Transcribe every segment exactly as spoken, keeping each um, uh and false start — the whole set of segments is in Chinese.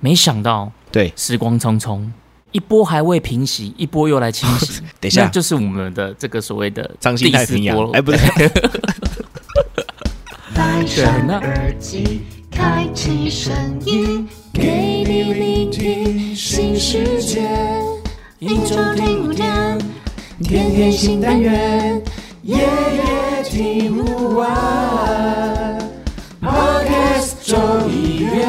没想到， 对， 时光匆匆，一波还未平息，一波又来侵袭。 等一下， 那就是我们的这个所谓的张新太平洋，哎，不是。 戴上耳机，开启声音，给你聆听新世界。一周听五天，天天新单元，夜夜听不完。Podcast 周一月。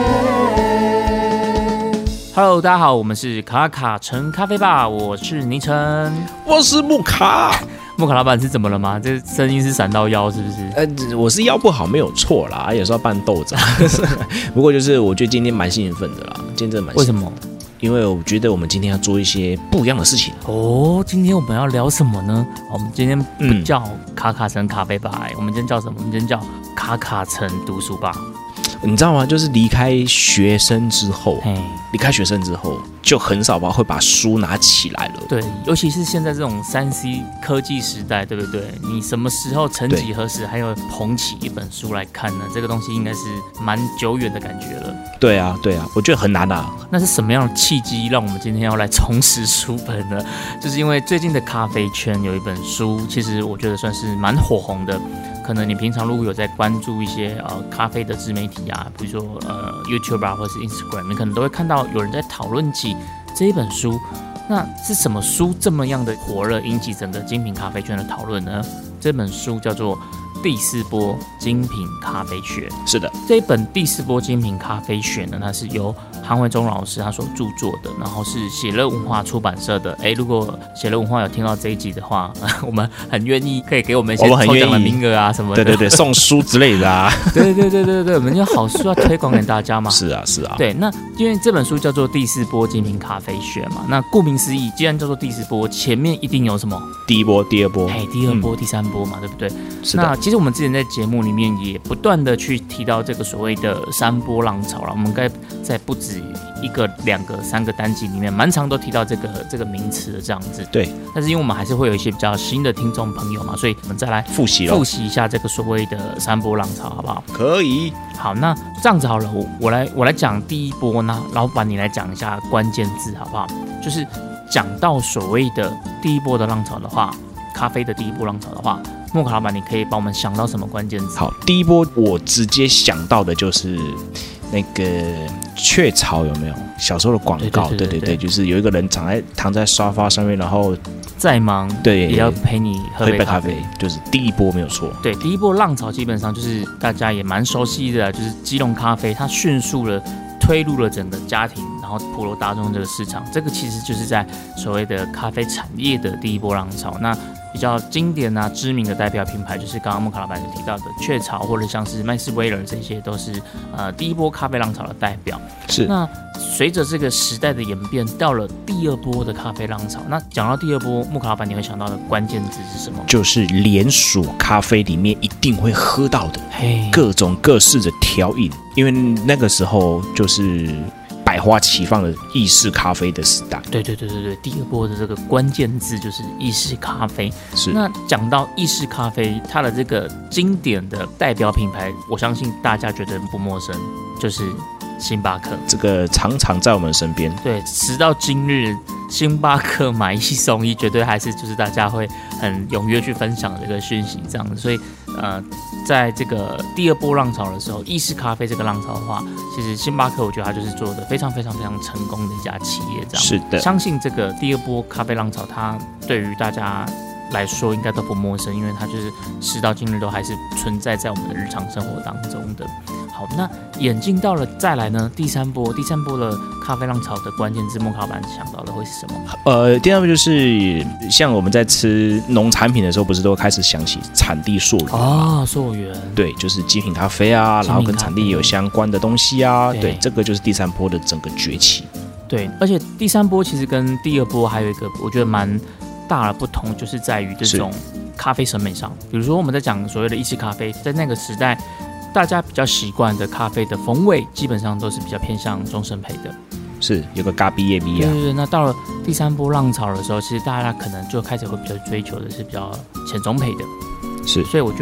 Hello， 大家好，我们是卡卡城咖啡吧，我是倪晨， 我是木卡。 木卡老板是怎么了吗？这声音是闪到腰是不是？ 呃，我是腰不好没有错啦，有时候办豆子。不过就是我觉得今天蛮兴奋的啦，今天真的蛮兴奋。为什么？因为我觉得我们今天要做一些不一样的事情哦。今天我们要聊什么呢？我们今天不叫卡卡城咖啡吧、嗯，我们今天叫什么？我们今天叫卡卡城读书吧。 你知道吗？就是离开学生之后，离开学生之后，就很少吧会把书拿起来了。 对，尤其是现在这种三 C 科技时代，对不对？你什么时候曾几何时还有捧起一本书来看呢？这个东西应该是蛮久远的感觉了。 对啊，对啊，我觉得很难啊。 那是什么样的契机让我们今天要来重拾书本呢？就是因为最近的咖啡圈有一本书，其实我觉得算是蛮火红的。可能你平常如果有在关注一些呃咖啡的自媒体啊，比如说呃 YouTube 啊，或者是 Instagram， 你可能都会看到有人在讨论起这一本书。那是什么书这么样的火热，引起整个精品咖啡圈的讨论呢？这本书叫做《第四波精品咖啡学》。 是的， 这一本《第四波精品咖啡学》呢，它是由韩维忠老师他所著作的，然后是写乐文化出版社的。哎，如果写乐文化有听到这一集的话，我们很愿意可以给我们一些抽奖的名额啊什么的。 对对对，送书之类的啊。 对对对对对，我们有好书要推广给大家嘛。 是啊是啊。 对，那因为这本书叫做《第四波精品咖啡学》嘛，那顾名思义，既然叫做第四波，前面一定有什么？ 第一波、第二波， 哎，第二波、嗯、第三波嘛，对不对？ 是的。 那其实我们之前在节目里面也不断的去提到这个所谓的三波浪潮了，我们应该在不止一个、两个、三个单集里面，蛮常都提到这个这个名词的这样子。 对。 但是因为我们还是会有一些比较新的听众朋友嘛，所以我们再来复习复习一下这个所谓的三波浪潮，好不好？ 可以。 好，那这样子好了，我我来我来讲第一波呢，老板你来讲一下关键字好不好？就是讲到所谓的第一波的浪潮的话，咖啡的第一波浪潮的话，木卡老板你可以帮我们想到什么关键字？ 好，第一波我直接想到的就是那个雀巢有没有？小时候的广告，对对 对, 对, 对, 对，就是有一个人躺在躺在沙发上面，然后再忙对也要陪你喝杯咖啡， 就是第一波没有错。 对，第一波浪潮基本上就是大家也蛮熟悉的，就是基隆咖啡，它迅速了推入了整个家庭，然后普罗大众这个市场，这个其实就是在所谓的咖啡产业的第一波浪潮。那比较经典啊、知名的代表品牌，就是刚刚木卡老板有提到的雀巢，或者像是麦斯威尔，这些都是呃第一波咖啡浪潮的代表。 是。 那随着这个时代的演变，到了第二波的咖啡浪潮。那讲到第二波，木卡老板你会想到的关键字是什么？ 就是连锁咖啡里面一定会喝到的各种各式的调饮，因为那个时候就是百花齐放的意式咖啡的时代。 对对对对对，第二波的这个关键字就是意式咖啡。 是。 那讲到意式咖啡，它的这个经典的代表品牌，我相信大家绝对不陌生，就是星巴克。 这个常常在我们身边。 对，时到今日，星巴克买一送一，绝对还是就是大家会很踊跃去分享这个讯息这样子。所以呃，在这个第二波浪潮的时候，意式咖啡这个浪潮的话，其实星巴克我觉得它就是做的非常非常非常成功的一家企业这样。 是的。 相信这个第二波咖啡浪潮，它对于大家来说应该都不陌生，因为它就是时到今日都还是存在在我们的日常生活当中的。好，那演进到了再来呢，第三波，第三波的咖啡浪潮的关键字，木卡老板想到的会是什么？ 呃，第二波就是像我们在吃农产品的时候，不是都开始想起产地溯源哦，溯源， 对，就是精品咖啡啊，然后跟产地有相关的东西啊，对，对，这个就是第三波的整个崛起。 对，而且第三波其实跟第二波还有一个我觉得蛮大的不同，就是在于这种咖啡审美上。比如说我们在讲所谓的意式咖啡，在那个时代，大家比较习惯的咖啡的风味，基本上都是比较偏向中深焙的。 是有个咖啡叶味啊。 对对对，那到了第三波浪潮的时候，其实大家可能就开始会比较追求的是比较浅中焙的。 是， 所以我觉得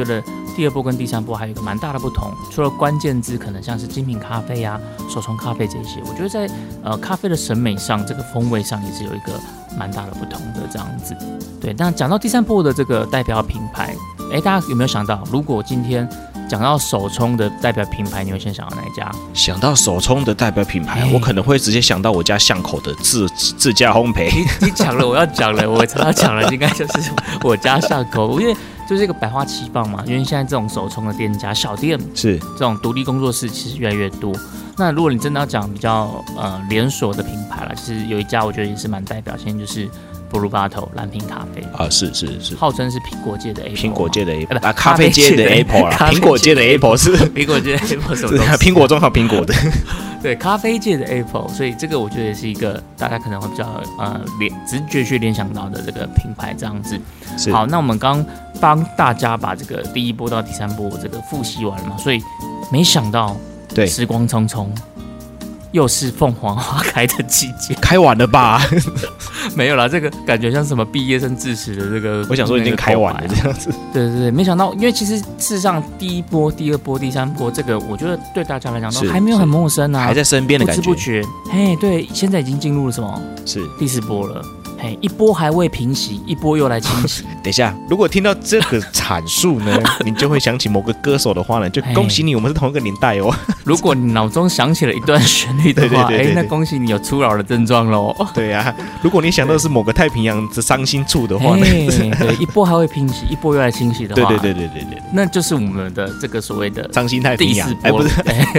第二波跟第三波还有一个蛮大的不同，除了关键字可能像是精品咖啡啊、手冲咖啡这些，我觉得在呃咖啡的审美上，这个风味上也是有一个蛮大的不同的这样子。对，那讲到第三波的这个代表品牌，哎，大家有没有想到，如果今天讲到手冲的代表品牌，你会先想到哪一家？ 想到手冲的代表品牌，我可能会直接想到我家巷口的自自家烘焙。 你你讲了，我要讲了，我常常讲了，应该就是我家巷口，因为就是一个百花齐放嘛。因为现在这种手冲的店家、小店是这种独立工作室，其实越来越多。那如果你真的要讲比较呃连锁的品牌啦，其实有一家我觉得也是蛮代表性，就是 Blue Bottle 蓝瓶咖啡啊，是是是， 号称是苹果界的 Apple， 苹果界的 Apple 啊，咖啡界的 Apple 啦，苹果界的 Apple 是苹果界的 Apple 什么东西？ 苹果中还有苹果的， 对，咖啡界的 Apple， 所以这个我觉得也是一个大家可能会比较呃联直觉去联想到的这个品牌这样子。好，那我们刚帮大家把这个第一波到第三波这个复习完了嘛，所以没想到对时光匆匆。又是凤凰花开的季节， 开完了吧？ 没有啦，这个感觉像什么毕业生致辞的这个， 我想说已经开完了这样子。 对对对，没想到，因为其实事实上第一波、第二波、第三波，这个我觉得对大家来讲都还没有很陌生啊， 还在身边的感觉， 不知不觉，嘿，对，现在已经进入了什么？ 是第四波了。嘿，一波还未平息，一波又来侵袭。 等一下，如果听到这个阐述呢，你就会想起某个歌手的话呢，就恭喜你，我们是同一个年代哦。 如果你脑中想起了一段旋律的话，哎，那恭喜你有初老的症状喽。 对呀、啊，如果你想到的是某个太平洋的伤心处的话呢， 对，一波还会平息，一波又来侵袭的话， 对对对对对对， 那就是我们的这个所谓的伤心太平洋， 哎，不是。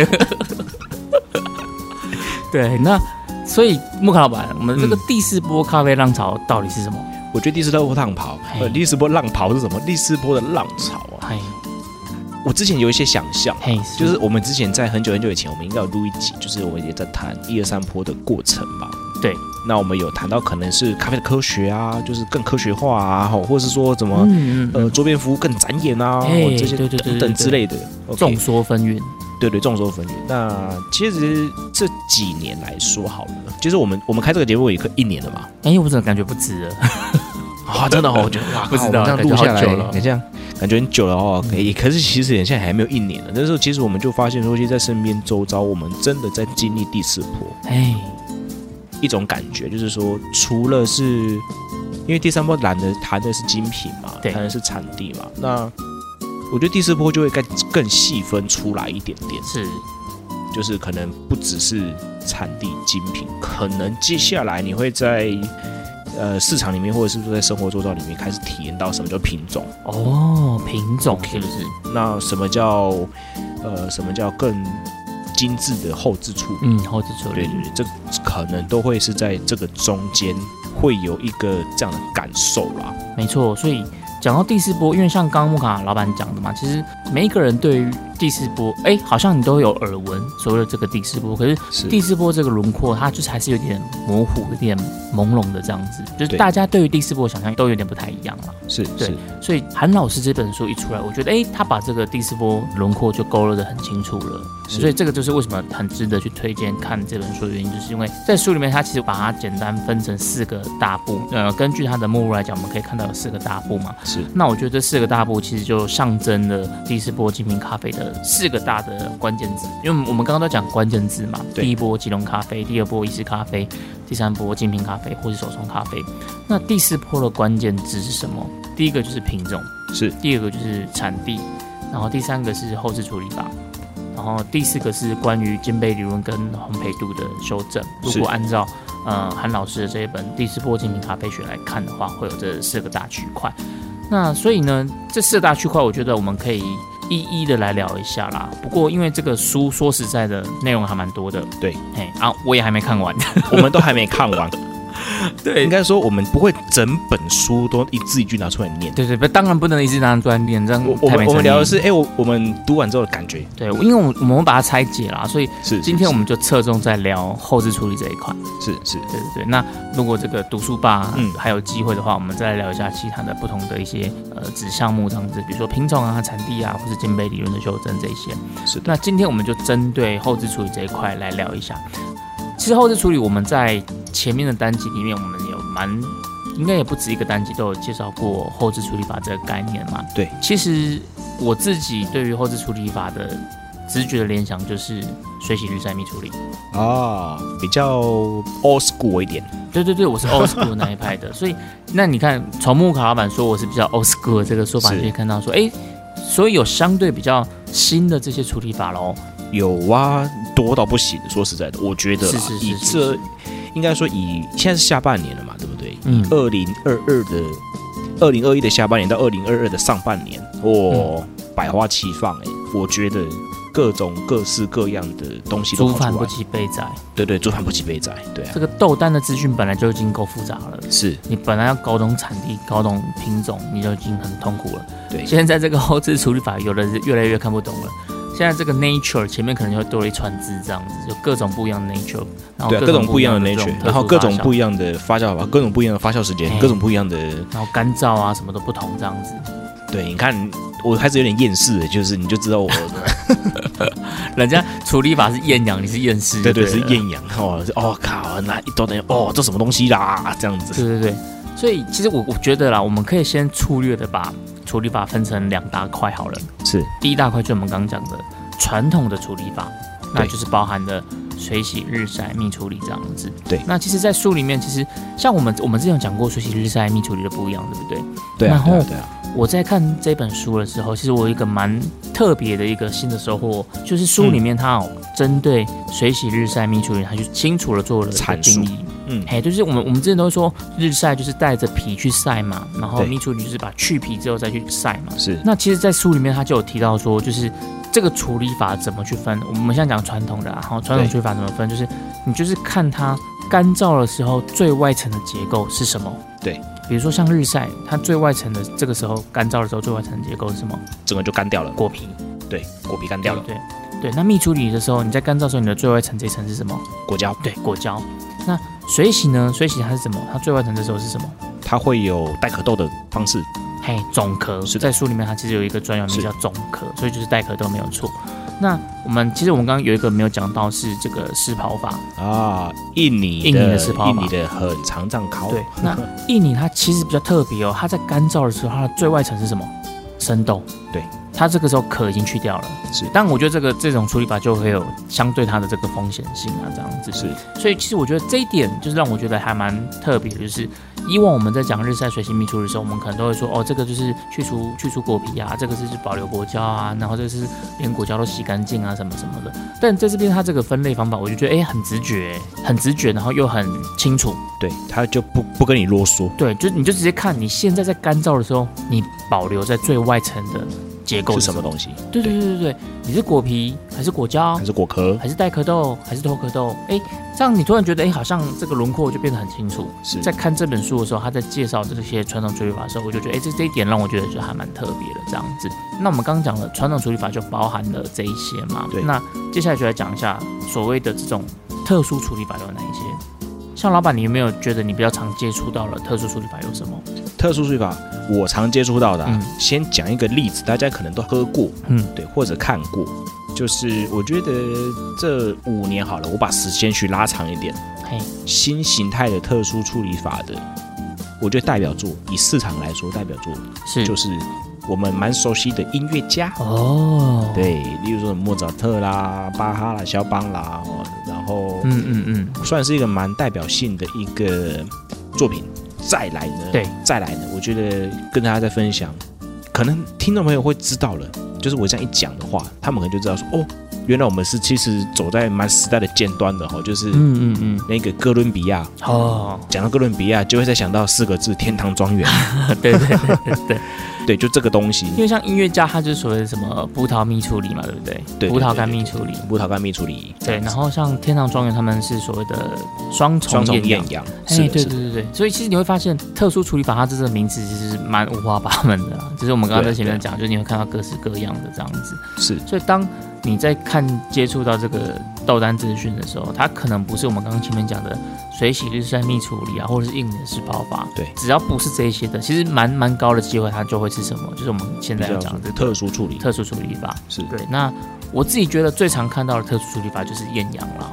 对，那。所以木卡老板，我们这个第四波咖啡浪潮到底是什么？ 嗯、我觉得第四波浪潮，呃，第四波浪潮是什么？第四波的浪潮啊！我之前有一些想象，是就是我们之前在很久很久以前，我们应该有录一集，就是我们也在谈一二三波的过程吧。 对， 那我们有谈到可能是咖啡的科学啊，就是更科学化啊，或是说怎么、嗯、呃桌边服务更展演啊，这些等等之类的， 众说纷纭。 对对，众说纷纭。那其实这几年来说好了，就是我们我们开这个节目也快一年了嘛。 哎，我怎么感觉不止了？ 啊，真的哦，我觉得哇， 不知道这样录下来， 了你这样感觉很久了哦。可以，可是其实现在还没有一年了。那时候其实我们就发现说，其实在身边周遭，我们真的在经历第四波。哎，一种感觉就是说，除了是因为第三波谈的谈的是精品嘛，谈的是产地嘛，那。我觉得第四波就会更更细分出来一点点， 是， 就是可能不只是产地精品，可能接下来你会在呃市场里面，或者是说在生活周遭里面开始体验到什么叫品种哦，品种是不是？ 那什么叫呃什么叫更精致的后制处理？ 嗯，后制处理， 对对对，这可能都会是在这个中间会有一个这样的感受啦。 没错，所以。讲到第四波，因为像刚刚木卡老板讲的嘛，其实每一个人对于第四波，哎，好像你都有耳闻所谓的这个第四波，可是第四波这个轮廓，它就是还是有点模糊、有点朦胧的这样子，就是大家对于第四波想象都有点不太一样了。 是， 对，所以韩老师这本书一出来，我觉得，哎，他把这个第四波轮廓就勾勒得很清楚了，所以这个就是为什么很值得去推荐看这本书的原因，就是因为在书里面，他其实把它简单分成四个大部，呃，根据它的目录来讲，我们可以看到有四个大部嘛。 是， 那我觉得这四个大部其实就象征了第四波精品咖啡的四个大的关键字，因为我们刚刚都讲关键字嘛，第一波即溶咖啡，第二波意式咖啡，第三波精品咖啡或是手冲咖啡。那第四波的关键字是什么？第一个就是品种， 是；第二个就是产地，然后第三个是后置处理法，然后第四个是关于烘焙理论跟烘焙度的修正。如果按照呃韩老师的这一本《第四波精品咖啡学》来看的话，会有这四个大区块。那所以呢，这四大区块，我觉得我们可以一一的来聊一下啦。不过因为这个书说实在的内容还蛮多的， 对， 嘿啊，我也还没看完， 我们都还没看完。 对， 应该说我们不会整本书都一字一句拿出来念。 对对，不，当然不能一字拿出来念，这样我们我们聊的是，哎、欸，我我们读完之后的感觉。 对，因为我们我们会把它拆解啦，所以今天我们就侧重在聊后置处理这一块。 是是， 对对对。那如果这个读书吧，嗯，还有机会的话，我们再来聊一下其他的不同的一些呃子项目这样子，比如说品种啊、产地啊，或是烘焙理论的修正这一些。 是的。 那今天我们就针对后置处理这一块来聊一下。其实后置处理我们在前面的单集里面，我们有蛮应该也不止一个单集都有介绍过后置处理法这个概念嘛。 对， 其实我自己对于后置处理法的直觉的联想就是水洗日晒蜜处理啊，比较 old school 一点。 对对对，我是 old school 那一派的，所以那你看，从木卡老板说我是比较 old school 的这个说法，你可以看到说，哎，所以有相对比较新的这些处理法喽。 有啊，多到不行。说实在的，我觉得啦， 是是是以这应该说以现在是下半年了嘛，对不对？ 嗯， 二零二二的二零二一的下半年到二零二二的上半年，哦，嗯、百花齐放哎、欸，我觉得各种各式各样的东西都跑出来。 猪饭不及备仔， 对对，猪饭不及备仔，对啊。 这个豆单的资讯本来就已经够复杂了， 是你本来要搞懂产地、搞懂品种，你就已经很痛苦了。 对， 现在这个后置处理法，有的越来越看不懂了。现在这个 nature 前面可能就会多了一串字，这样子，就各种不一样的 nature， 然后对、啊、各种不一样的 nature， 然后各种不一样的发酵法，各种不一样的发酵时间，各种不一样的， 然后干燥啊什么都不同，这样子。 对，你看我开始有点厌世了，就是你就知道我， 人家处理法是厌氧，你是厌世， 对对，是厌氧哦，哦靠，那一多等哦，这什么东西啦，这样子。 对对对，所以其实我我觉得啦，我们可以先粗略的把处理法分成两大块好了。 是， 第一大块就是我们刚刚讲的传统的处理法，那就是包含的水洗、日晒、蜜处理这样子。 对， 那其实，在书里面，其实像我们我们之前有讲过水洗、日晒、蜜处理的不一样，对不对？ 对啊。 然后对啊。 我在看这本书的时候，其实我有一个蛮特别的一个新的收获，就是书里面它有针对水洗、日晒、蜜处理，它就清楚的做了一个定义。嗯，嘿，就是我们我们之前都会说日晒就是带着皮去晒嘛，然后蜜处理就是把去皮之后再去晒嘛。 是。 那其实，在书里面它就有提到说，就是这个处理法怎么去分。我们现在讲传统的、啊，然后传统处理法怎么分，就是你就是看它干燥的时候最外层的结构是什么。 对。 比如说像日晒，它最外层的这个时候干燥的时候，最外层的结构是什么？ 整个就干掉了， 果皮。 对，果皮干掉了。 对对，对。那蜜处理的时候，你在干燥的时候，你的最外层这一层是什么？ 果胶。 对，果胶。那水洗呢？水洗它是什么？它最外层这时候是什么？ 它会有带壳豆的方式。 嘿，种壳。是在书里面，它其实有一个专有名叫种壳，所以就是带壳豆没有错。那我们其实我们刚刚有一个没有讲到是这个湿刨法啊，印尼的印尼的湿刨法， 印尼的很长杖烤。 对，那印尼它其实比较特别哦，它在干燥的时候，它的最外层是什么？生豆。 对， 它这个时候壳已经去掉了。 是， 但我觉得这个这种处理法就会有相对它的这个风险性啊，这样子。 是， 所以其实我觉得这一点就是让我觉得还蛮特别的，就是以往我们在讲日晒、水洗、蜜处理的时候，我们可能都会说，哦，这个就是去除去除果皮啊，这个是保留果胶啊，然后这个是连果胶都洗干净啊，什么什么的。但在这边它这个分类方法，我就觉得哎，很直觉，很直觉，然后又很清楚。 对，他就不不跟你啰嗦。 对，就你就直接看你现在在干燥的时候，你保留在最外层的结构是什么东西？ 对对对对对，你是果皮还是果胶， 还是果壳， 还是带壳豆，还是脱壳豆？哎，这样你突然觉得，哎，好像这个轮廓就变得很清楚。 是在看这本书的时候，他在介绍这些传统处理法的时候，我就觉得，哎，这这一点让我觉得就还蛮特别的这样子。那我们刚刚讲了传统处理法就包含了这一些嘛？ 对。 那接下来就来讲一下所谓的这种特殊处理法有哪一些？像老板，你有没有觉得你比较常接触到了特殊处理法有什么？ 特殊处理法我常接触到的、啊嗯，先讲一个例子，大家可能都喝过，嗯，对，或者看过。就是我觉得这五年好了，我把时间去拉长一点，嘿，新形态的特殊处理法的，我觉得代表作以市场来说，代表作是就是我们蛮熟悉的音乐家哦，对，例如说莫扎特啦、巴哈啦、肖邦啦，哦，然后嗯嗯嗯，算是一个蛮代表性的一个作品。再来呢，对，再来呢，我觉得跟大家再分享，可能听众朋友会知道了，就是我这样一讲的话，他们可能就知道说，哦，原来我们是其实走在蛮时代的尖端的哈，就是嗯嗯嗯，那个哥伦比亚哦，讲到哥伦比亚就会再想到四个字：天堂庄园。 对对对对对。 对，就这个东西， 因为像音乐家，他就是所谓的什么葡萄蜜处理嘛，对不对？ 对， 葡萄干蜜处理， 葡萄干蜜处理。 对，然后像天堂庄园，他们是所谓的双重厌氧。哎，对对对对，所以其实你会发现，特殊处理法它这个名词其实蛮五花八门的啦。就是我们刚刚在前面讲，就是你会看到各式各样的这样子。 是， 所以当你在看接触到这个豆单资讯的时候，它可能不是我们刚刚前面讲的水洗、日晒、蜜处理啊，或者是印尼的湿刨法。对，只要不是这一些的，其实蛮蛮高的机会，它就会是什么？就是我们现在要讲的特殊处理。 特殊处理法是对。那我自己觉得最常看到的特殊处理法就是厌氧啦。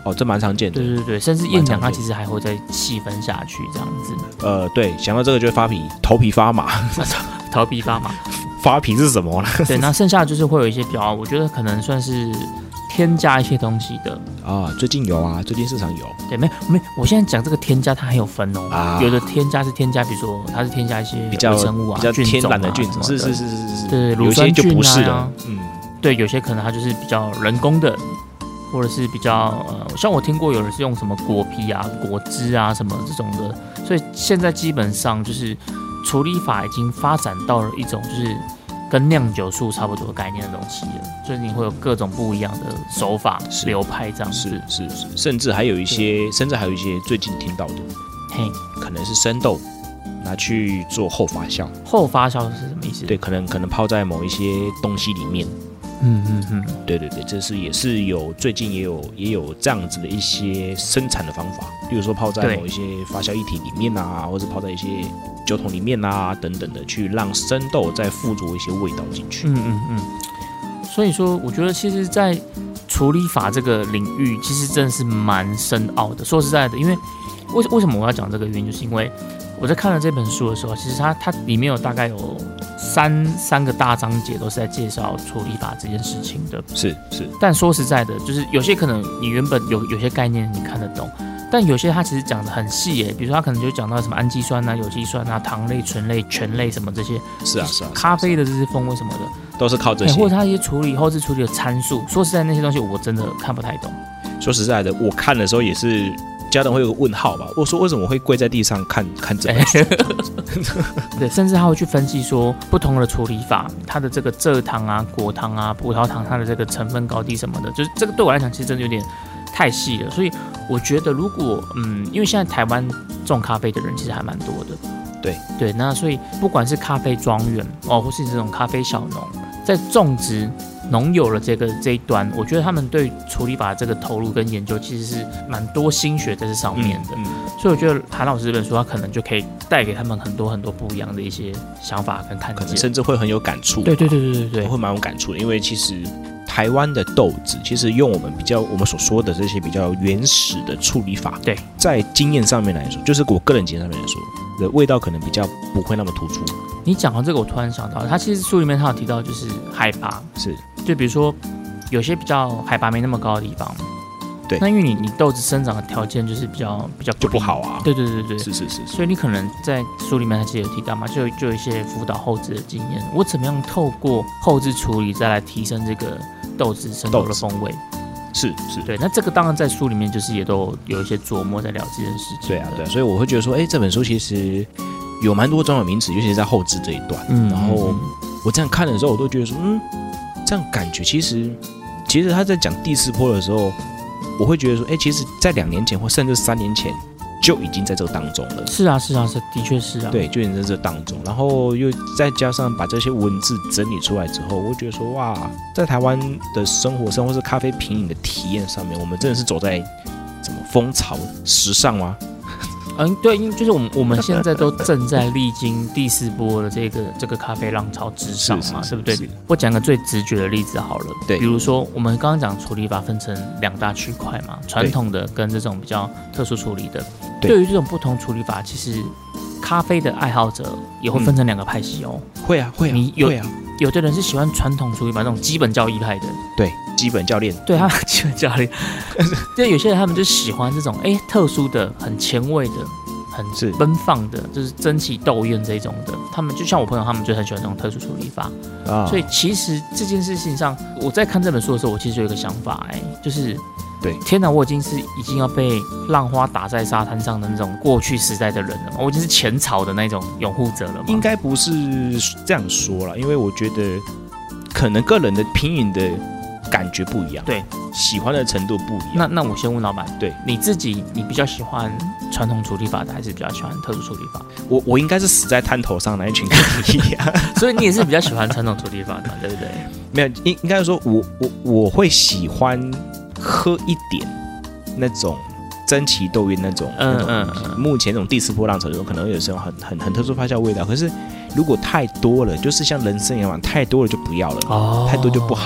哦，这蛮常见的。 对对对，甚至验奖它其实还会再细分下去这样子。 呃，对，想到这个就会发皮，头皮发麻。 头皮发麻， 发皮是什么呢？ 对，那剩下就是会有一些比较，我觉得可能算是添加一些东西的啊。最近有啊，最近市场有。 对，没没，我现在讲这个添加它还有分哦。 啊， 有的添加是添加，比如说它是添加一些比较微生物啊、 比较天然的菌种啊，是是是是是。 对， 有些就不是的。 嗯，对，有些可能它就是比较人工的。或者是比较呃，像我听过有人是用什么果皮啊、果汁啊什么这种的，所以现在基本上就是处理法已经发展到了一种就是跟酿酒术差不多概念的东西了，所以你会有各种不一样的手法流派这样子， 是是是，甚至还有一些，甚至还有一些最近听到的，嘿，可能是生豆拿去做后发酵。 后发酵是什么意思？ 对，可能可能泡在某一些东西里面。 嗯嗯嗯， 对对对，这是也是有最近也有也有这样子的一些生产的方法，比如说泡在某一些发酵液体里面啊，或者泡在一些酒桶里面啊等等的，去让生豆再附着一些味道进去。 嗯嗯嗯。所以说，我觉得其实，在处理法这个领域，其实真的是蛮深奥的。说实在的，因为为为什么我要讲这个原因，就是因为我在看了这本书的时候，其实它它里面有大概有三三个大章节都是在介绍处理法这件事情的。 是是， 但说实在的，就是有些可能你原本有有些概念你看得懂，但有些它其实讲得很细耶，比如说它可能就讲到什么氨基酸啊、有机酸啊、糖类、醇类、醛类什么这些。 是啊是啊， 咖啡的这些风味什么的， 都是靠这些， 或者它一些处理后置处理的参数。说实在，那些东西我真的看不太懂。 说实在的，我看的时候也是。家长会有个问号吧？我说为什么会跪在地上看看这本书？ 对，甚至他会去分析说不同的处理法，它的这个蔗糖啊、果糖啊、葡萄糖，它的这个成分高低什么的，就是这个对我来讲其实真的有点太细了。所以我觉得，如果嗯，因为现在台湾种咖啡的人其实还蛮多的， 对对，那所以不管是咖啡庄园哦，或是这种咖啡小农，在种植农友的这个这一端，我觉得他们对处理法这个投入跟研究其实是蛮多心血在这上面的，嗯嗯、所以我觉得韩老师这本书，他可能就可以带给他们很多很多不一样的一些想法跟看见， 可能甚至会很有感触。 对对对对对对， 会蛮有感触的，因为其实台湾的豆子，其实用我们比较我们所说的这些比较原始的处理法， 对， 在经验上面来说，就是我个人经验上面来说，的味道可能比较不会那么突出。 你讲到这个，我突然想到，他其实书里面他有提到，就是海拔， 是， 就比如说有些比较海拔没那么高的地方， 对， 那因为你你豆子生长的条件就是比较比较不就不好啊， 对对对对， 是是 是, 是， 所以你可能在书里面他其实有提到嘛，就就有一些辅导后置的经验，我怎么样透过后置处理再来提升这个豆子生豆的风味。 是是， 对，那这个当然在书里面就是也都有一些琢磨在聊这件事情。 对啊，对啊，所以我会觉得说，哎，这本书其实有蛮多专有名词，尤其是在后置这一段。嗯，然后我这样看的时候，我都觉得说，嗯，这样感觉其实，其实他在讲第四波的时候，我会觉得说，哎，其实，在两年前或甚至三年前就已经在这个当中了。 是啊，是啊，是，的确是啊。 对，就已经在这当中，然后又再加上把这些文字整理出来之后，我会觉得说，哇，在台湾的生活上或是咖啡品饮的体验上面，我们真的是走在怎么风潮时尚吗？ 嗯，对，因为就是我们我们现在都正在历经第四波的这个这个咖啡浪潮之上嘛，对不对？我讲个最直觉的例子好了，对，比如说我们刚刚讲处理法分成两大区块嘛，传统的跟这种比较特殊处理的。对, 对于这种不同处理法，其实咖啡的爱好者也会分成两个派系哦。 嗯、会啊，会啊， 你有会啊。 有的人是喜欢传统处理法，那种基本教义派的， 对，基本教练， 对他基本教练。对，有些人他们就喜欢这种哎特殊的、很前卫的、很奔放的，就是珍奇斗艳这种的。他们就像我朋友，他们就很喜欢这种特殊处理法啊。所以其实这件事情上，我在看这本书的时候，我其实有一个想法，哎，就是。 对， 天哪！我已经是已经要被浪花打在沙滩上的那种过去时代的人了，我已经是前朝的那种拥护者了吗？ 应该不是这样说啦，因为我觉得可能个人的品饮的感觉不一样， 对， 喜欢的程度不一样。 那那我先问老板， 对你自己，你比较喜欢传统处理法的，还是比较喜欢特殊处理法？ 我我应该是死在滩头上那一群跟你一样， 所以你也是比较喜欢传统处理法的，对不对？ 没有，应应该说我我我会喜欢。喝一点那种珍奇斗艳那种，嗯嗯，目前那种第四波浪潮中，可能有时候很很很特殊发酵味道。可是如果太多了，就是像人生一样，太多了就不要了，哦，太多就不好啊。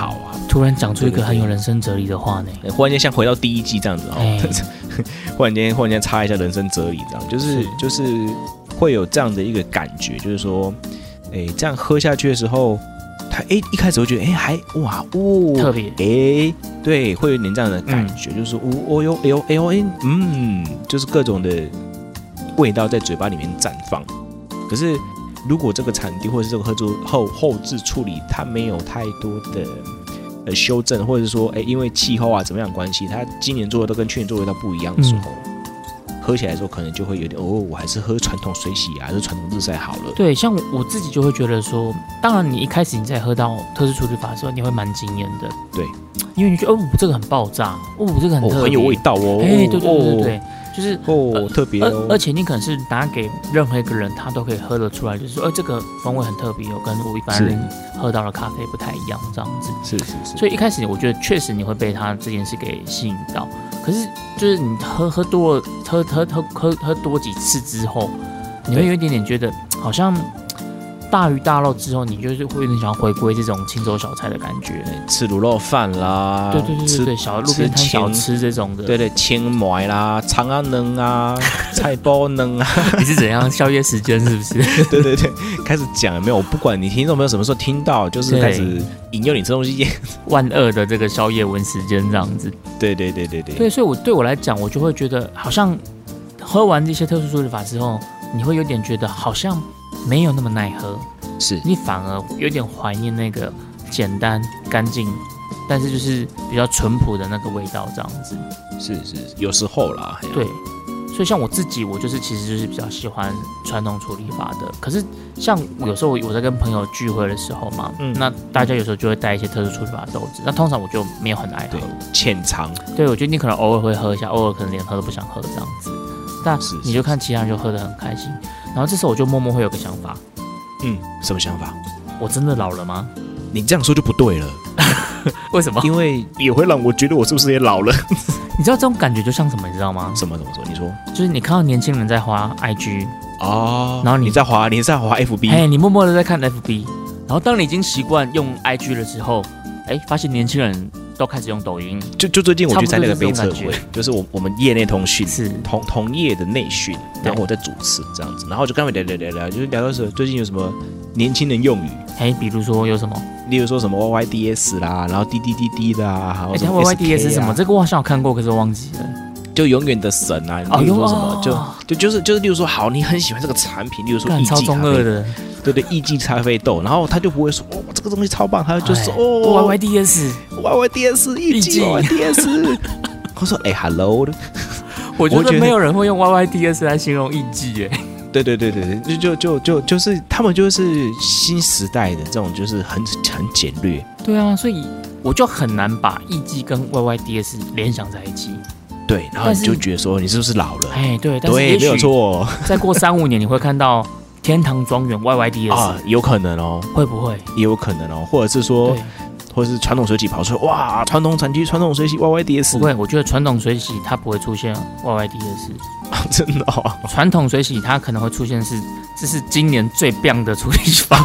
突然讲出一个很有人生哲理的话呢， 忽然间像回到第一季这样子哦， 哎忽然间忽然间插一下人生哲理这样，就是是就是会有这样的一个感觉，就是说，哎，这样喝下去的时候，他哎一开始会觉得哎还哇哦特别哎对，会有点这样的感觉，嗯、就是哦哦哟哎呦哎呦哎嗯，就是各种的味道在嘴巴里面绽放。可是如果这个产地或者是这个后后后置处理，它没有太多的呃修正，或者是说哎因为气候啊怎么样的关系，它今年做的都跟去年做的味道不一样的时候。嗯喝起来的时候可能就会有点哦，我还是喝传统水洗啊，还是传统日晒好了。 对，像 我, 我自己就会觉得说，当然你一开始你在喝到特殊处理法的时候，你会蛮惊艳的。 对， 因为你觉得哦，这个很爆炸，哦，这个很特别、 哦，很有味道哦。 哎，对对对对对，就是哦、呃、特别哦。 而且你可能是拿给任何一个人，他都可以喝得出来，就是说，呃，这个风味很特别哦，跟我一般人喝到的咖啡不太一样，这样子。 是是是。 所以一开始我觉得确实你会被他这件事给吸引到。可是，就是你喝喝多了，喝喝喝喝喝多几次之后，你会有一点点觉得好像大鱼大肉之后，你就是会有点想要回归这种清粥小菜的感觉， 吃卤肉饭啦， 对对对对对，小路边摊小吃这种的， 对对，青梅啦，长安嫩啊，菜包嫩啊， 你是怎样宵夜时间是不是？ 对对对，开始讲有没有？我不管你听众朋友什么时候听到，就是开始引诱你吃东西， 万恶的这个宵夜文时间这样子。 对对对对对， 对，所以我对我来讲，我就会觉得好像喝完这些特殊处理法之后，你会有点觉得好像没有那么耐喝， 是你反而有点怀念那个简单干净，但是就是比较淳朴的那个味道这样子。 是是，有时候啦， 对。所以像我自己，我就是其实就是比较喜欢传统处理法的。可是像有时候我在跟朋友聚会的时候嘛，嗯，那大家有时候就会带一些特殊处理法的豆子，那通常我就没有很爱喝， 浅尝。 对，我觉得你可能偶尔会喝一下，偶尔可能连喝都不想喝这样子。但你就看其他人就喝得很开心，然后这时候我就默默会有个想法， 嗯，什么想法？ 我真的老了吗？ 你这样说就不对了。 为什么？ 因为也会让我觉得我是不是也老了？ 你知道这种感觉就像什么？你知道吗？ 什么？怎么说？你说，就是你看到年轻人在滑 I G 哦， 然后 你, 你在滑，你在滑 F B， 哎，你默默的在看 F B， 然后当你已经习惯用 I G 了之后，哎，发现年轻人都开始用抖音。 就就最近我去参加那个杯测会，就是我我们业内通讯是同同业的内训，然后我在主持这样子，然后就跟他们聊聊聊聊，就是聊到说最近有什么年轻人用语， 哎，比如说有什么？ 例如说什么 Y Y D S 啦，然后滴滴滴滴的啊，还有什么 Y Y D S 是什么？这个我好像有看过，可是我忘记了。 就永远的神啊，例如说什么，就就就是就是，例如说好，你很喜欢这个产品，例如说艺伎咖啡的，对对，艺伎咖啡豆，然后他就不会说哦，这个东西超棒，他就说哦 Y Y D S Y Y D S 艺伎 Y Y D S， 我说哎 ，Hello， 我觉得没有人会用 Y Y D S 来形容艺伎哎。 对对对对对，就就就就就是他们就是新时代的这种，就是很很简略。 对啊，所以我就很难把艺伎跟 Y Y D S 联想在一起。 对，然后你就觉得说你是不是老了？ 哎，对，但是也没有错。 再过三五年，你会看到天堂庄园 Y Y D S 啊，有可能哦， 会不会？ 也有可能哦，或者是说。或者是传统水洗跑出来，哇！传统产区传统水洗 Y Y D S 不会，我觉得传统水洗它不会出现 Y Y D S，、 哦、真的哦。 传统水洗它可能会出现是，这是今年最棒的处理法。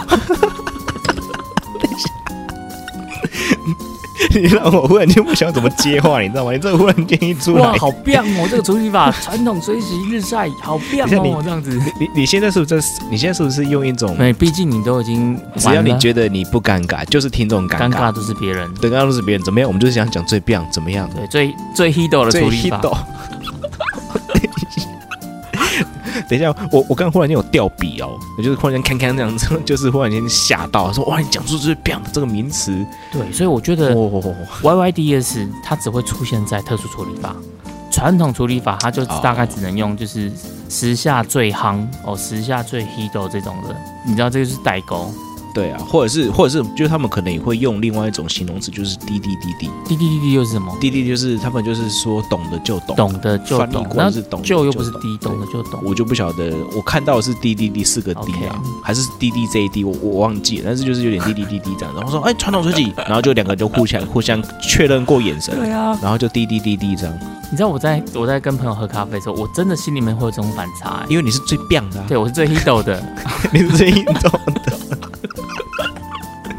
你让我忽然间不想怎么接话，你知道吗？你这个忽然间一出来， 哇，好棒哦！这个处理法，传统水洗日晒，好棒哦！这样子， 你你你现在是不是在？你现在是不是用一种？ 对，毕竟你都已经， 只要你觉得你不尴尬，就是听众尴尬， 尴尬都是别人， 对，尴尬都是别人。怎么样？我们就是想讲最棒，怎么样？ 对，最最 hito 的处理法。 等一下，我我刚忽然间有掉笔哦，我就是忽然间看看这样子，就是忽然间吓到，说哇，你讲出最棒的这个名词。 对，所以我觉得 Y Y D S 它只会出现在特殊处理法，传统处理法它就大概只能用就是时下最夯哦，时下最 hito 这种的，你知道这个是代沟。 对啊，或者是或者是，就是他们可能也会用另外一种形容词，就是滴滴滴滴滴滴滴滴又是什么？ 滴滴就是他们就是说懂的就懂， 懂的就懂， 那是懂就又不是滴，懂的就懂。 我就不晓得，我看到的是滴滴滴四个 D 啊， okay. 还是滴滴这一 D， 我我忘记了，但是就是有点滴滴滴滴这样。然后说哎，传统水洗，然后就两个就互相互相确认过眼神， 对啊， 然后就滴滴滴滴这样。 你知道我在我在跟朋友喝咖啡的时候，我真的心里面会有这种反差、欸， 因为你是最棒的、啊， 对我是最 hito 的， 你是最 hito 的。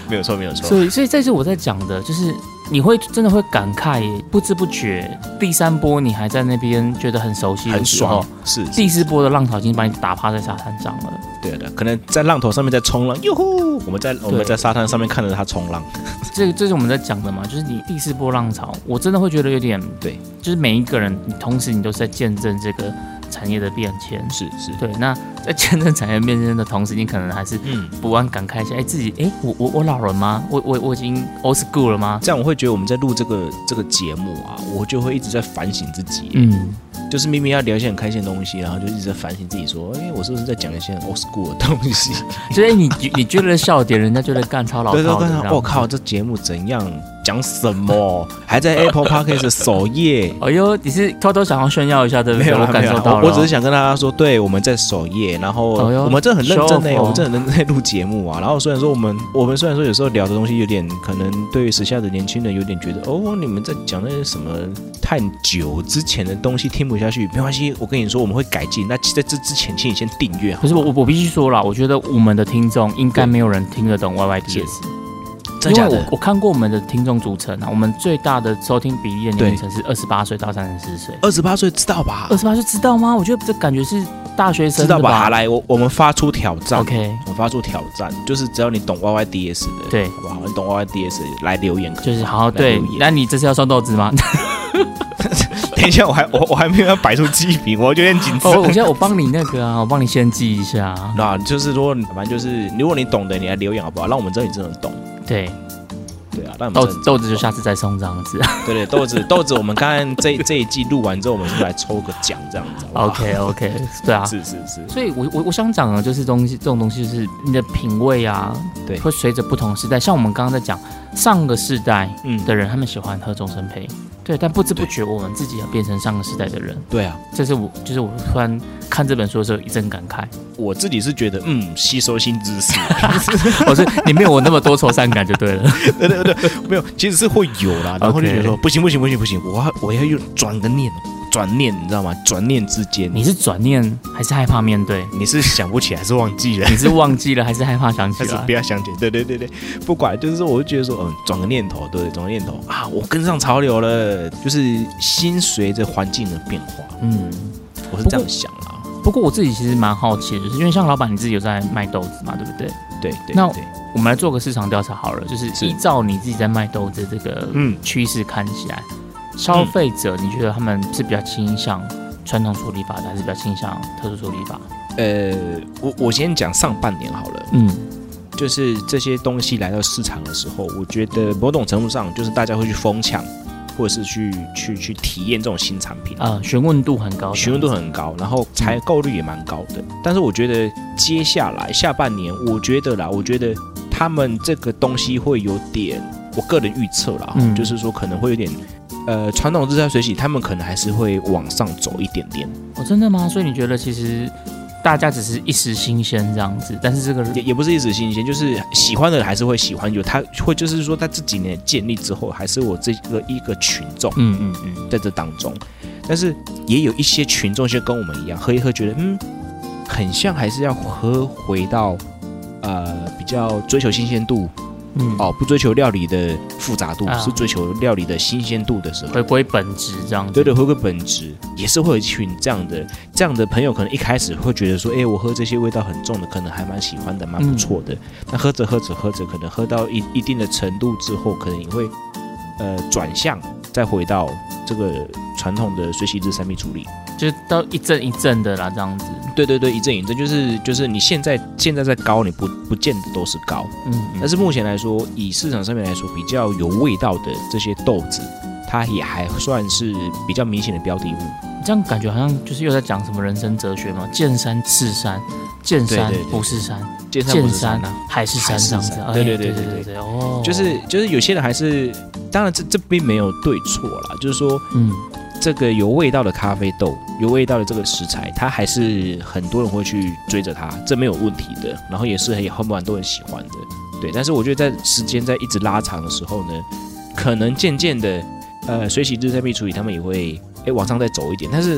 没有错，没有错。 所以，所以这是我在讲的，就是你会真的会感慨耶，不知不觉第三波你还在那边觉得很熟悉的时候， 很爽，是, 是第四波的浪潮已经把你打趴在沙滩上了。 对的，可能在浪头上面在冲浪，哟呼！我们在我们在沙滩上面看着他冲浪， 这这是我们在讲的嘛，就是你第四波浪潮，我真的会觉得有点对， 就是每一个人，你同时你都是在见证这个产业的变迁， 是是， 对。那在见证产业变迁的同时，你可能还是不安感慨一下，哎、欸，自己哎、欸，我我我老了吗？我我我已经 old school 了吗？ 这样我会觉得我们在录这个这个节目啊，我就会一直在反省自己， 嗯。 就是明明要聊一些很开心的东西，然后就一直在反省自己，说：“哎、欸，我是不是在讲一些很 old school 的东西？” 所以你你觉得笑点，人家觉得干超老套的。对对对，我、哦、靠，这节目怎样？讲什么？还在 Apple Podcast 首页？ 哎呦，你是偷偷想要炫耀一下，对不对？ 没有， 我感受到了、哦我。我只是想跟大家说，对，我们在首页，然后我们真的很认真的、欸，我们真的很认真在录节目啊。然后虽然说我们我们虽然说有时候聊的东西有点可能对于时下的年轻人有点觉得哦，你们在讲那些什么太久之前的东西听不下去，没关系，我跟你说我们会改进。那在这之前，请你先订阅。 可是我我必须说啦，我觉得我们的听众应该没有人听得懂 Y Y D S。因为我我看过我们的听众组成啊，我们最大的收听比例的年龄层是二十八岁到三十四岁。 二十八岁知道吧？ 二十八岁知道吗？我觉得这感觉是大学生知道吧？好，来，我我们发出挑战 ，OK， 我们发出挑战，就是只要你懂 Y Y D S 的， 对， 好不好？你懂 Y Y D S 的来留言， 就是好好对。那你这是要送豆子吗？ 等一下，我还我我还没有要摆出祭品，我有点紧张。 哦，我现在我帮你那个啊，我帮你先记一下。 那就是说，反正就是如果你懂的，你来留言好不好？让我们知道你真的懂。 对。 对啊，那豆子豆子就下次再送这样子。 对对，豆子豆子，我们刚刚这这一季录完之后，我们就来抽个奖这样子。 OK OK， 对啊， 是是是。 所以我我我想讲的就是东西，这种东西就是你的品味啊，对，会随着不同时代。像我们刚刚在讲上个世代的人，嗯、他们喜欢喝终身焙，对，但不知不觉我们自己要变成上个世代的人。对啊，这是我就是我突然看这本书的时候一阵感慨。 我自己是觉得，嗯，吸收新知识。 我是你没有我那么多愁善感就对了。 对对对，没有，其实是会有啦，然后就觉得说， okay. 不行不行不行不行，我要我要用转个念，转念，你知道吗？转念之间， 你是转念还是害怕面对？ 你是想不起来还是忘记了？ 你是忘记了还是害怕想起来？ 还是不要想起来？对对对对，不管，就是说，我就觉得说，嗯，转个念头，对，转个念头啊，我跟上潮流了，就是心随着环境的变化，嗯，我是这样想啦。 不过我自己其实蛮好奇的，就是因为像老板你自己有在卖豆子嘛，对不对？ 对对。 那我们来做个市场调查好了，就是依照你自己在卖豆子这个趋势看起来，嗯、消费者你觉得他们是比较倾向传统处理法的，还是比较倾向特殊处理法？ 呃，我我先讲上半年好了，嗯，就是这些东西来到市场的时候，我觉得某种程度上就是大家会去疯抢。或者是去去去体验这种新产品啊，询问度很高， 询问度很高，然后采购率也蛮高的。嗯、但是我觉得接下来下半年，我觉得啦，我觉得他们这个东西会有点，我个人预测啦，嗯、就是说可能会有点，呃，传统日晒水洗，他们可能还是会往上走一点点。 哦，真的吗？所以你觉得其实？大家只是一时新鲜这样子，但是这个也也不是一时新鲜，就是喜欢的人还是会喜欢，有他会就是说，在这几年建立之后，还是我这个一个群众，嗯嗯嗯，在这当中，但是也有一些群众就跟我们一样，喝一喝觉得嗯，很像还是要喝回到呃比较追求新鲜度。嗯，哦，不追求料理的复杂度，啊、是追求料理的新鲜度的时候， 回归本质这样子。 对对，回归本质，也是会有一群这样的这样的朋友，可能一开始会觉得说，哎，我喝这些味道很重的，可能还蛮喜欢的，蛮不错的。那、嗯、喝着喝着喝着，可能喝到一一定的程度之后，可能也会呃转向，再回到这个传统的水洗日三密处理。 就到一阵一阵的啦，这样子。 对对对，一阵一阵，就是就是你现在现在在高，你不不见得都是高，嗯, 嗯。但是目前来说，以市场上面来说，比较有味道的这些豆子，它也还算是比较明显的标的物。 这样感觉好像就是又在讲什么人生哲学嘛？见山是山，见山不是山， 见山不是山啊，还是山这样子。 对对对对对对，哦，就是就是有些人还是，当然这这并没有对错啦，就是说，嗯。这个有味道的咖啡豆，有味道的这个食材，它还是很多人会去追着它，这没有问题的。然后也是很很多人喜欢的，对。但是我觉得在时间在一直拉长的时候呢，可能渐渐的，呃，水洗日晒密处理他们也会哎往上再走一点。但是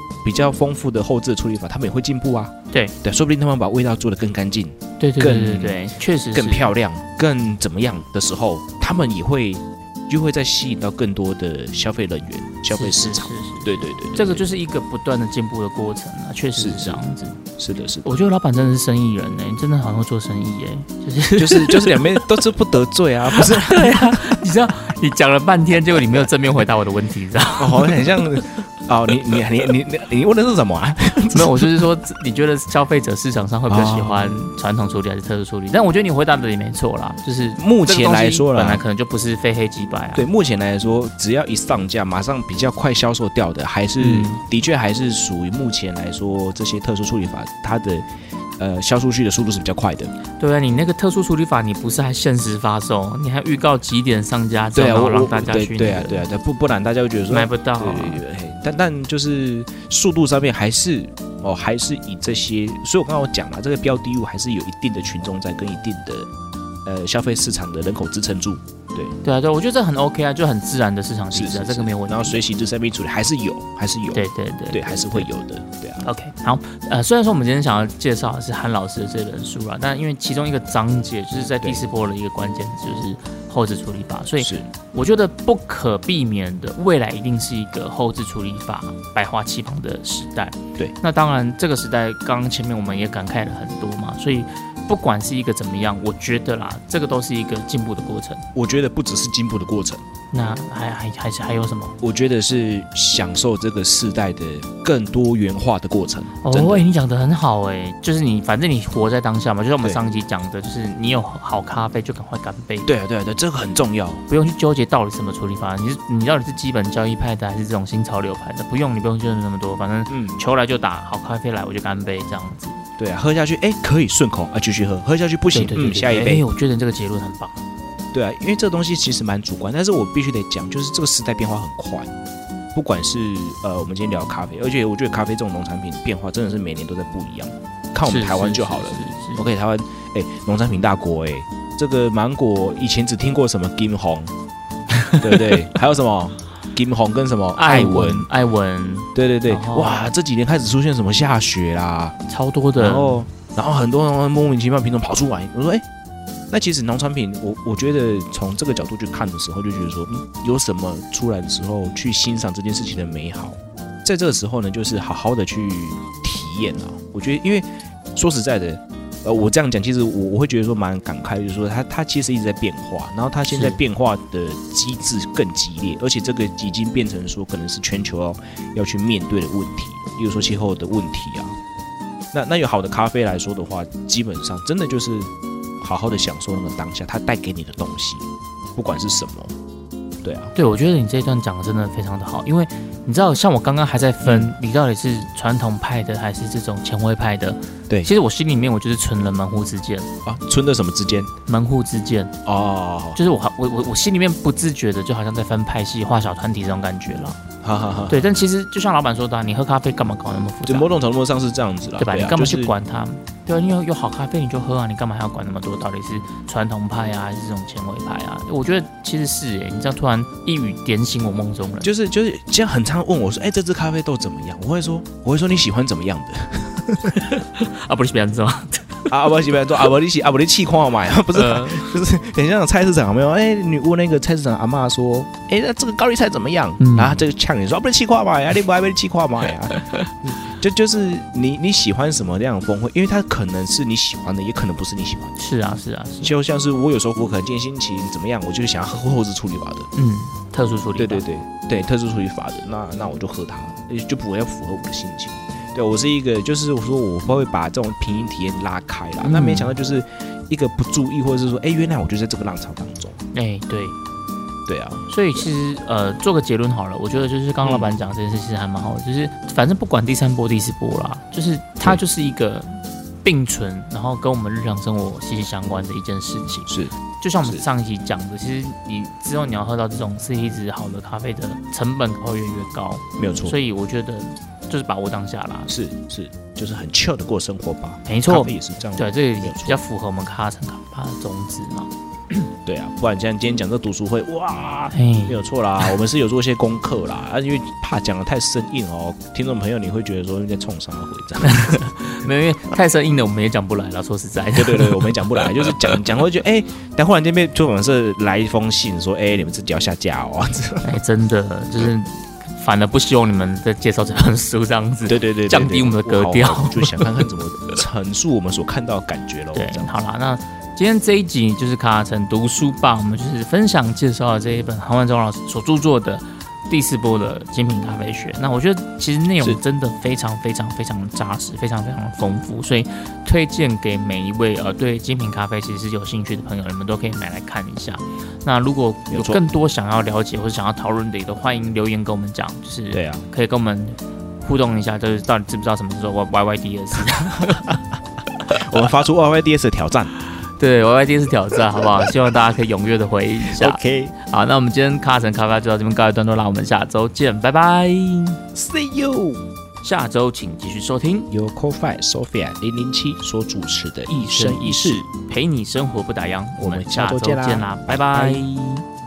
比较丰富的后置的处理法，他们也会进步啊。 对对，说不定他们把味道做得更干净， 对对对对对，确实更漂亮，更怎么样的时候，他们也会就会再吸引到更多的消费人员、消费市场。是是是是对对 对, 对， 这个就是一个不断的进步的过程啊，确实是这样子。 是的，是的。 我觉得老板真的是生意人呢、欸，真的好会做生意耶、欸，就是就是就是两边都是不得罪啊，不是？ 对啊，你知道你讲了半天，结果你没有正面回答我的问题，你知道吗？ 哦，很像。哦，你你你你你你问的是什么啊？ 没有，我就是说，你觉得消费者市场上会比较喜欢传统处理还是特殊处理？但我觉得你回答的也没错啦，就是目前来说啦， 本来可能就不是非黑即白啊。 对，目前来说，只要一上架，马上比较快销售掉的，还是、嗯、的确还是属于目前来说这些特殊处理法，它的呃销出去的速度是比较快的。 对啊，你那个特殊处理法，你不是还限时发售，你还预告几点上架， 对啊， 然后让大家去、那个、 对啊对啊对啊，不不然大家会觉得说买不到、啊。 对对对。但但就是速度上面还是哦，还是以这些，所以我刚刚我讲了，这个标的物还是有一定的群众在，跟一定的呃消费市场的人口支撑住。对对啊，对，我觉得这很 OK 啊，就很自然的市场机制啊，这个没有问题。 然后随行制生命处理还是有，还是有， 对对 对, 对， 对，还是会有的，对啊。 OK， 好，呃，虽然说我们今天想要介绍的是韩老师的这本书啦，但因为其中一个章节就是在第四波的一个关键就是后置处理法，所以我觉得不可避免的，未来一定是一个后置处理法百花齐放的时代。 对， 那当然这个时代，刚刚前面我们也感慨了很多嘛，所以不管是一个怎么样，我觉得啦，这个都是一个进步的过程。 我觉得不只是进步的过程， 那还还还是还有什么？ 我觉得是享受这个世代的更多元化的过程。 哦，欸、你讲得很好哎、欸，就是你反正你活在当下嘛，就像我们上一集讲的，就是你有好咖啡就赶快干杯。 对啊对啊对，这个很重要， 不用去纠结到底什么处理法，你是你到底是基本交易派的还是这种新潮流派的，不用你不用纠结那么多，反正嗯，球来就打，好咖啡来我就干杯这样子。 对啊，喝下去哎可以顺口啊，继续喝，喝下去不行， 对对对对嗯，下一杯。 哎，我觉得这个结论很棒。 对啊，因为这个东西其实蛮主观，但是我必须得讲，就是这个时代变化很快，不管是呃我们今天聊咖啡，而且我觉得咖啡这种农产品变化真的是每年都在不一样，看我们台湾就好了。OK， 台湾哎农产品大国哎，这个芒果以前只听过什么金红，对不对？还有什么？金红跟什么艾文， 艾文， 对对对，哇，这几年开始出现什么下雪啦， 超多的， 然后然后很多人莫名其妙品种跑出来，我说哎，那其实农产品，我我觉得从这个角度去看的时候，就觉得说，嗯，有什么出来的时候去欣赏这件事情的美好，在这个时候呢，就是好好的去体验啊。我觉得，因为说实在的。呃，我这样讲，其实我我会觉得说蛮感慨，就是说它它其实一直在变化，然后它现在变化的机制更激烈，而且这个已经变成说可能是全球要要去面对的问题，例如说气候的问题啊。那那有好的咖啡来说的话，基本上真的就是好好的享受那个当下，它带给你的东西，不管是什么。对啊， 对，我觉得你这一段讲的真的非常的好，因为你知道，像我刚刚还在分，嗯、你到底是传统派的还是这种前卫派的？ 对， 其实我心里面我就是存了门户之见啊，存的什么之见？ 门户之见哦， 就是我我我我心里面不自觉的就好像在分派系、画小团体这种感觉了。 哈哈哈。 对，但其实就像老板说的、啊，你喝咖啡干嘛搞那么复杂？ 就某种程度上是这样子啦， 对吧？ 对啊、 你干嘛去就是、 管它？对啊，因为有好咖啡你就喝啊，你干嘛还要管那么多？到底是传统派啊，还是这种前卫派啊？我觉得其实是哎、欸，你这样突然一语点醒我梦中人。 就是就是，这样很常问我说，哎、欸，这支咖啡豆怎么样？我会说，我会说你喜欢怎么样的？ 啊，不是别人做。 啊，不是别人做，啊不你是啊不你气矿买啊，不是，呃、就是很像菜市场有没有？哎、欸，你问那个菜市场阿嬷说，哎、欸，那这个高丽菜怎么样？嗯、然后这个呛你说，啊不是气矿买啊，你不还被气矿买啊？就就是你你喜欢什么样的风味？因为它可能是你喜欢的，也可能不是你喜欢的。 是啊，是啊，是啊。 就像是我有时候我可能今天心情怎么样，我就是想要喝后置处理法的， 嗯，特殊处理法， 对对对对，特殊处理法的，那那我就喝它，就不会要符合我的心情。对我是一个，就是我说我不会把这种品饮体验拉开啦，嗯、那没想到就是一个不注意，或者是说，哎，原来我就在这个浪潮当中。 哎，对。 对啊， 所以其实呃，做个结论好了，我觉得就是刚刚老板讲这件事其实还蛮好的，就是反正不管第三波、第四波啦，就是它就是一个并存，然后跟我们日常生活息息相关的一件事情。 是， 就像我们上一集讲的，其实你之后你要喝到这种 C P 值好的咖啡的成本会越来越高， 没有错。 所以我觉得就是把握当下啦， 是是，就是很 chill 的过生活吧。 没错， 咖啡也是这样， 对，这个也比较符合我们咖城咖啡的宗旨嘛。 对啊，不然像今天讲这读书会，哇，没有错啦，我们是有做一些功课啦，啊，因为怕讲的太生硬哦，听众朋友你会觉得说在冲啥回这样， 没有，因为太生硬的我们也讲不来了，说实在的， 对对对，我们也讲不来，就是讲讲会觉得哎，但忽然间被就可能是来一封信说，哎，你们自己要下架哦， 哎，真的就是。反而不希望你们在介绍这本书这样子， 对对 对, 对, 对， 降低我们的格调， 就想看看怎么陈述我们所看到的感觉咯。 对，好啦，那今天这一集就是卡卡城读书吧，我们就是分享介绍了这一本韩万忠老师所著作的第四波的精品咖啡学。那我觉得其实内容真的非常非常非常的扎实，非常非常的丰富，所以推荐给每一位呃对精品咖啡其实是有兴趣的朋友，你们都可以买来看一下。那如果有更多想要了解或者想要讨论的，也都欢迎留言跟我们讲，就是对啊，可以跟我们互动一下，就是到底知不知道什么叫做 Y Y D S？ 我们发出 Y Y D S 的挑战。 对 Y Y D S 挑战，好不好？希望大家可以踊跃的回应一下。 OK， 好，那我们今天卡城咖啡就到这边告一段落啦，我们下周见，拜拜 ，See you。 下周请继续收听由 Coffee Sophia 零零七所主持的《一生一世》， 陪你生活不打烊。我们下周见啦，拜拜。拜拜。